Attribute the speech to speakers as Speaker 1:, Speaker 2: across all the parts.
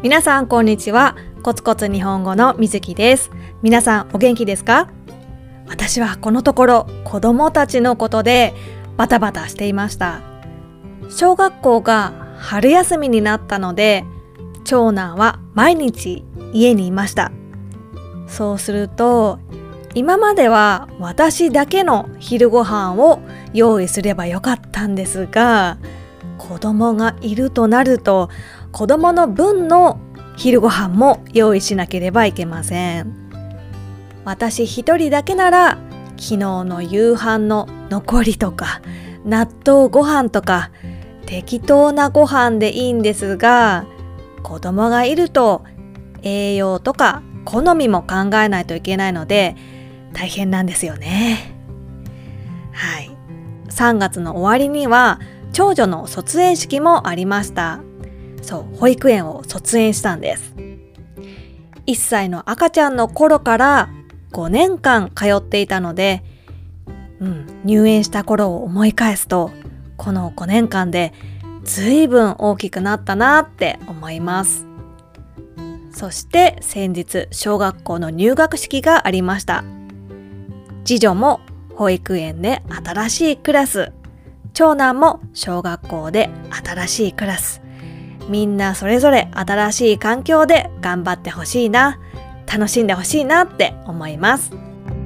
Speaker 1: 皆さんこんにちは。コツコツ日本語のみずきです。皆さんお元気ですか？私はこのところ子供たちのことでバタバタしていました。小学校が春休みになったので、長男は毎日家にいました。そうすると、今までは私だけの昼ご飯を用意すればよかったんですが、子供がいるとなると子供の分の昼ご飯も用意しなければいけません。私一人だけなら昨日の夕飯の残りとか納豆ご飯とか適当なご飯でいいんですが、子供がいると栄養とか好みも考えないといけないので大変なんですよね。はい。3月の終わりには長女の卒園式もありました。そう、保育園を卒園したんです。1歳の赤ちゃんの頃から5年間通っていたので、入園した頃を思い返すと、この5年間で随分大きくなったなって思います。そして先日、小学校の入学式がありました。次女も保育園で新しいクラス、長男も小学校で新しいクラス。みんなそれぞれ新しい環境で頑張ってほしいな、楽しんでほしいなって思います。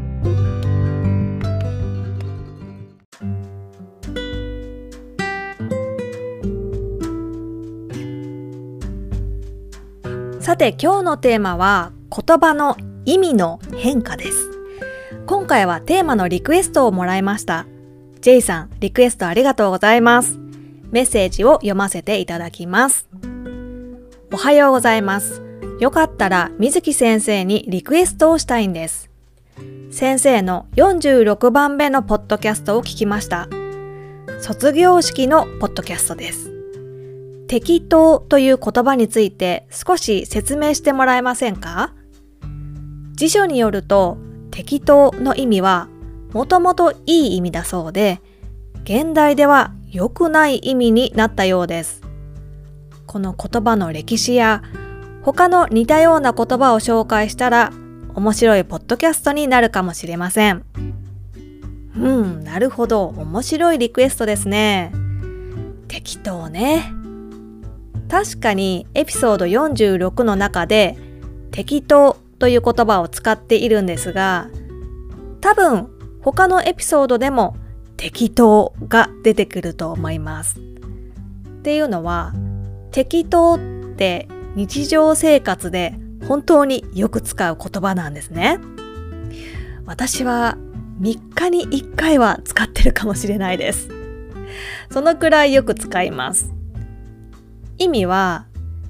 Speaker 1: さて今日のテーマは言葉の意味の変化です。今回はテーマのリクエストをもらいました。J さん、リクエストありがとうございます。メッセージを読ませていただきます。おはようございます。よかったら水木先生にリクエストをしたいんです。先生の46番目のポッドキャストを聞きました。卒業式のポッドキャストです。適当という言葉について少し説明してもらえませんか？辞書によると適当の意味はもともといい意味だそうで、現代では良くない意味になったようです。この言葉の歴史や他の似たような言葉を紹介したら面白いポッドキャストになるかもしれません。なるほど、面白いリクエストですね。適当ね。確かにエピソード46の中で適当という言葉を使っているんですが、多分他のエピソードでも適当が出てくると思います。っていうのは、適当って日常生活で本当によく使う言葉なんですね。私は3日に1回は使ってるかもしれないです。そのくらいよく使います。意味は、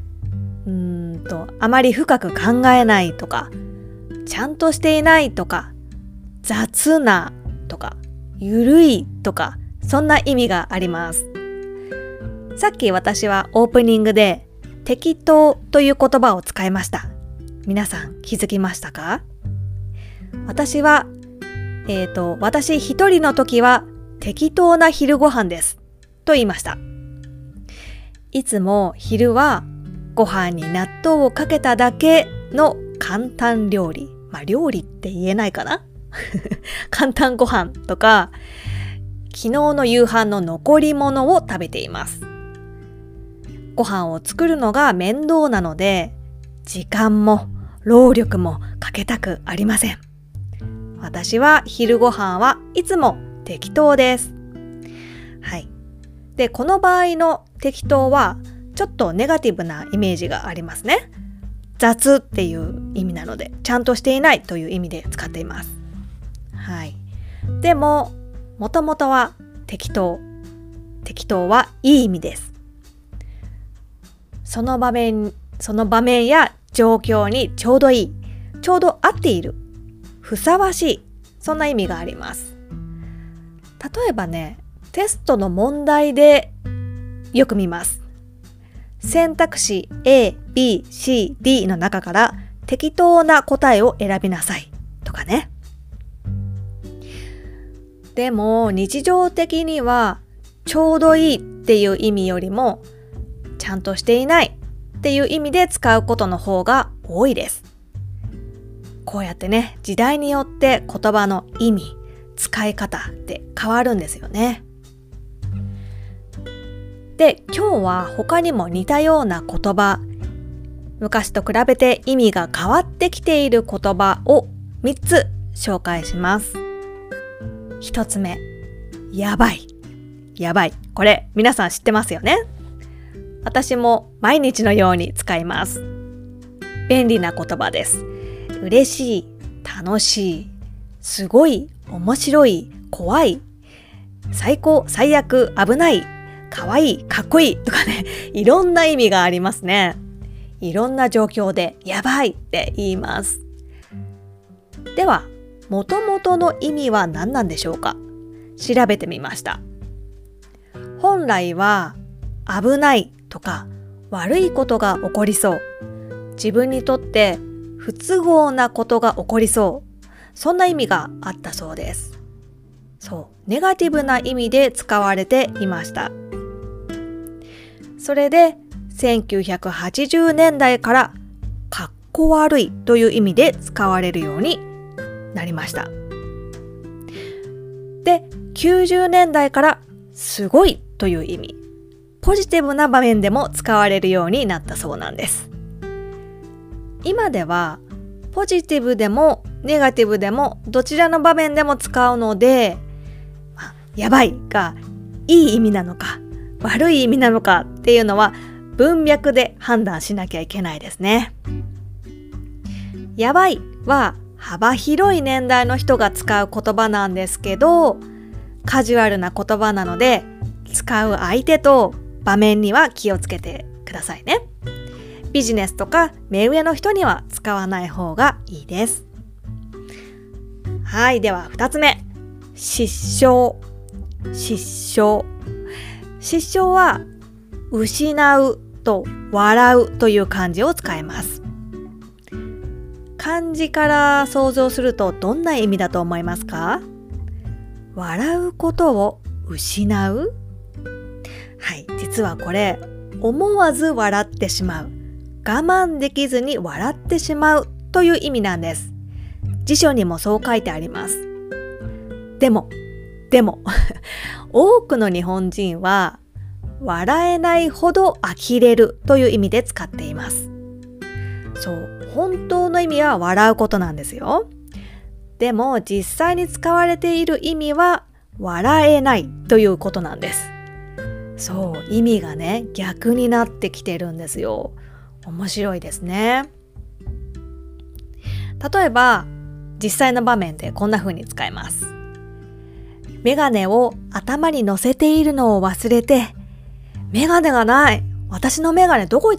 Speaker 1: あまり深く考えないとか、ちゃんとしていないとか、雑なとか、ゆるいとか、そんな意味があります。さっき私はオープニングで適当という言葉を使いました。皆さん気づきましたか？私は、私一人の時は適当な昼ご飯ですと言いました。いつも昼はご飯に納豆をかけただけの簡単料理。料理って言えないかな簡単ご飯とか、昨日の夕飯の残り物を食べています。ご飯を作るのが面倒なので、時間も労力もかけたくありません。私は昼ご飯はいつも適当です。はい。で、この場合の適当はちょっとネガティブなイメージがありますね。雑っていう意味なので、ちゃんとしていないという意味で使っています。はい。でも、もともとは適当。適当はいい意味です。その場面や状況にちょうどいい、ちょうど合っている、ふさわしい、そんな意味があります。例えばね、テストの問題でよく見ます。選択肢 A、B、C、D の中から適当な答えを選びなさいとかね。でも日常的にはちょうどいいっていう意味よりもちゃんとしていない、 っていう意味で使うことの方が多いです。こうやってね、時代によって言葉の意味、使い方って変わるんですよね。で、今日は他にも似たような言葉、昔と比べて意味が変わってきている言葉を3つ紹介します。1つ目、やばい。やばい。これ皆さん知ってますよね。私も毎日のように使います。便利な言葉です。嬉しい、楽しい、すごい、面白い、怖い、最高、最悪、危ない、かわいい、かっこいいとかね、いろんな意味がありますね。いろんな状況でやばいって言います。では、元々の意味は何なんでしょうか？調べてみました。本来は危ないとか悪いことが起こりそう、自分にとって不都合なことが起こりそう、そんな意味があったそうです。そう、ネガティブな意味で使われていました。それで1980年代からかっこ悪いという意味で使われるようになりました。で、90年代からすごいという意味、ポジティブな場面でも使われるようになったそうなんです。今ではポジティブでもネガティブでもどちらの場面でも使うので、やばいがいい意味なのか悪い意味なのかっていうのは文脈で判断しなきゃいけないですね。やばいは幅広い年代の人が使う言葉なんですけど、カジュアルな言葉なので使う相手と場面には気をつけてくださいね。ビジネスとか目上の人には使わない方がいいです。はい、では2つ目、失笑。失笑。失笑は失うと笑うという漢字を使います。漢字から想像するとどんな意味だと思いますか？笑うことを失う？はい、実はこれ思わず笑ってしまう、我慢できずに笑ってしまうという意味なんです。辞書にもそう書いてあります。でも多くの日本人は笑えないほど呆れるという意味で使っています。そう、本当の意味は笑うことなんですよ。でも実際に使われている意味は笑えないということなんです。そう、意味がね、逆になってきてるんですよ。面白いですね。例えば実際の場面でこんな風に使います。メガネを頭に乗せているのを忘れて、メガネがない、私のメガネどこ行った？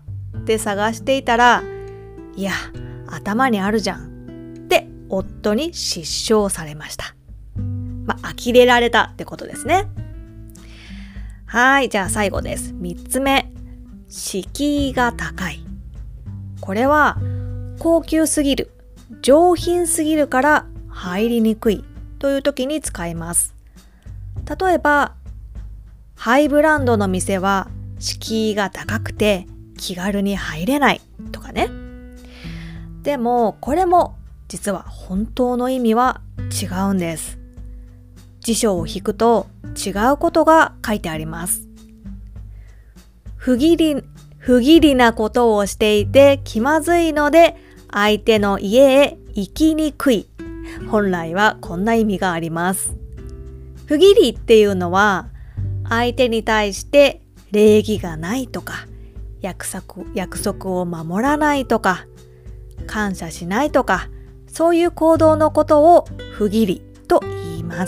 Speaker 1: って探していたら、いや、頭にあるじゃんって夫に失笑されました。呆れられたってことですね。はい、じゃあ最後です。3つ目、敷居が高い。これは高級すぎる、上品すぎるから入りにくいという時に使います。例えば、ハイブランドの店は敷居が高くて気軽に入れないとかね。でもこれも実は本当の意味は違うんです。辞書を引くと違うことが書いてあります。不義理なことをしていて気まずいので相手の家へ行きにくい。本来はこんな意味があります。不義理っていうのは相手に対して礼儀がないとか、約束を守らないとか、感謝しないとか、そういう行動のことを不義理と言います。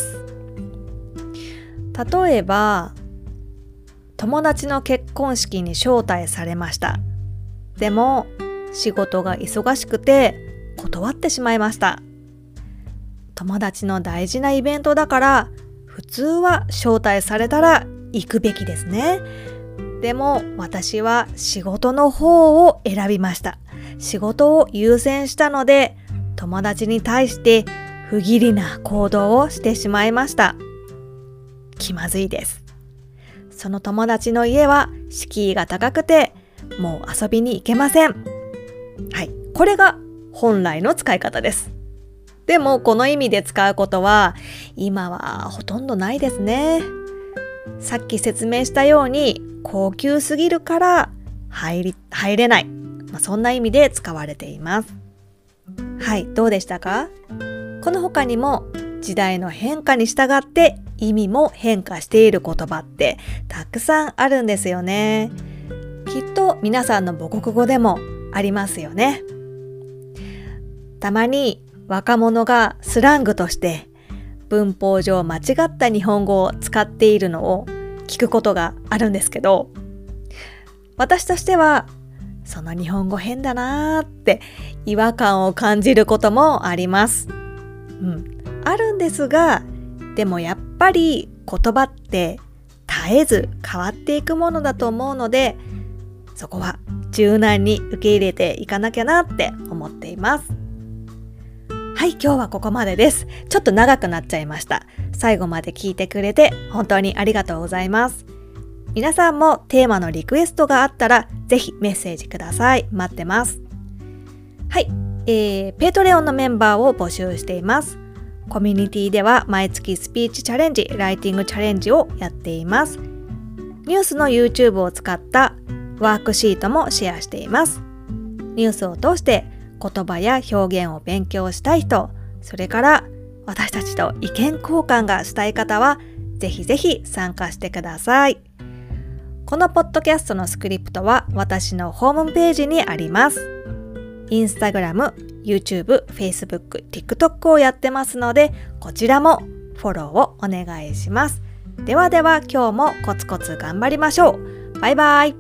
Speaker 1: 例えば、友達の結婚式に招待されました。でも仕事が忙しくて断ってしまいました。友達の大事なイベントだから普通は招待されたら行くべきですね。でも私は仕事の方を選びました。仕事を優先したので友達に対して不義理な行動をしてしまいました。気まずいです。その友達の家は敷居が高くてもう遊びに行けません。はい、これが本来の使い方です。でもこの意味で使うことは今はほとんどないですね。さっき説明したように高級すぎるから入れない、そんな意味で使われています。はい、どうでしたか？この他にも時代の変化に従って意味も変化している言葉ってたくさんあるんですよね。きっと皆さんの母国語でもありますよね。たまに若者がスラングとして文法上間違った日本語を使っているのを聞くことがあるんですけど、私としてはその日本語変だなーって違和感を感じることもあります。あるんですが、でもやっぱり言葉って絶えず変わっていくものだと思うので、そこは柔軟に受け入れていかなきゃなって思っています。はい、今日はここまでです。ちょっと長くなっちゃいました。最後まで聞いてくれて本当にありがとうございます。皆さんもテーマのリクエストがあったらぜひメッセージください。待ってます。はい、ペイトレオンのメンバーを募集しています。コミュニティでは毎月スピーチチャレンジ、ライティングチャレンジをやっています。ニュースの YouTube を使ったワークシートもシェアしています。ニュースを通して言葉や表現を勉強したい人、それから私たちと意見交換がしたい方はぜひぜひ参加してください。このポッドキャストのスクリプトは私のホームページにあります。Instagram、YouTube、Facebook、TikTok をやってますので、こちらもフォローをお願いします。ではでは今日もコツコツ頑張りましょう。バイバイ。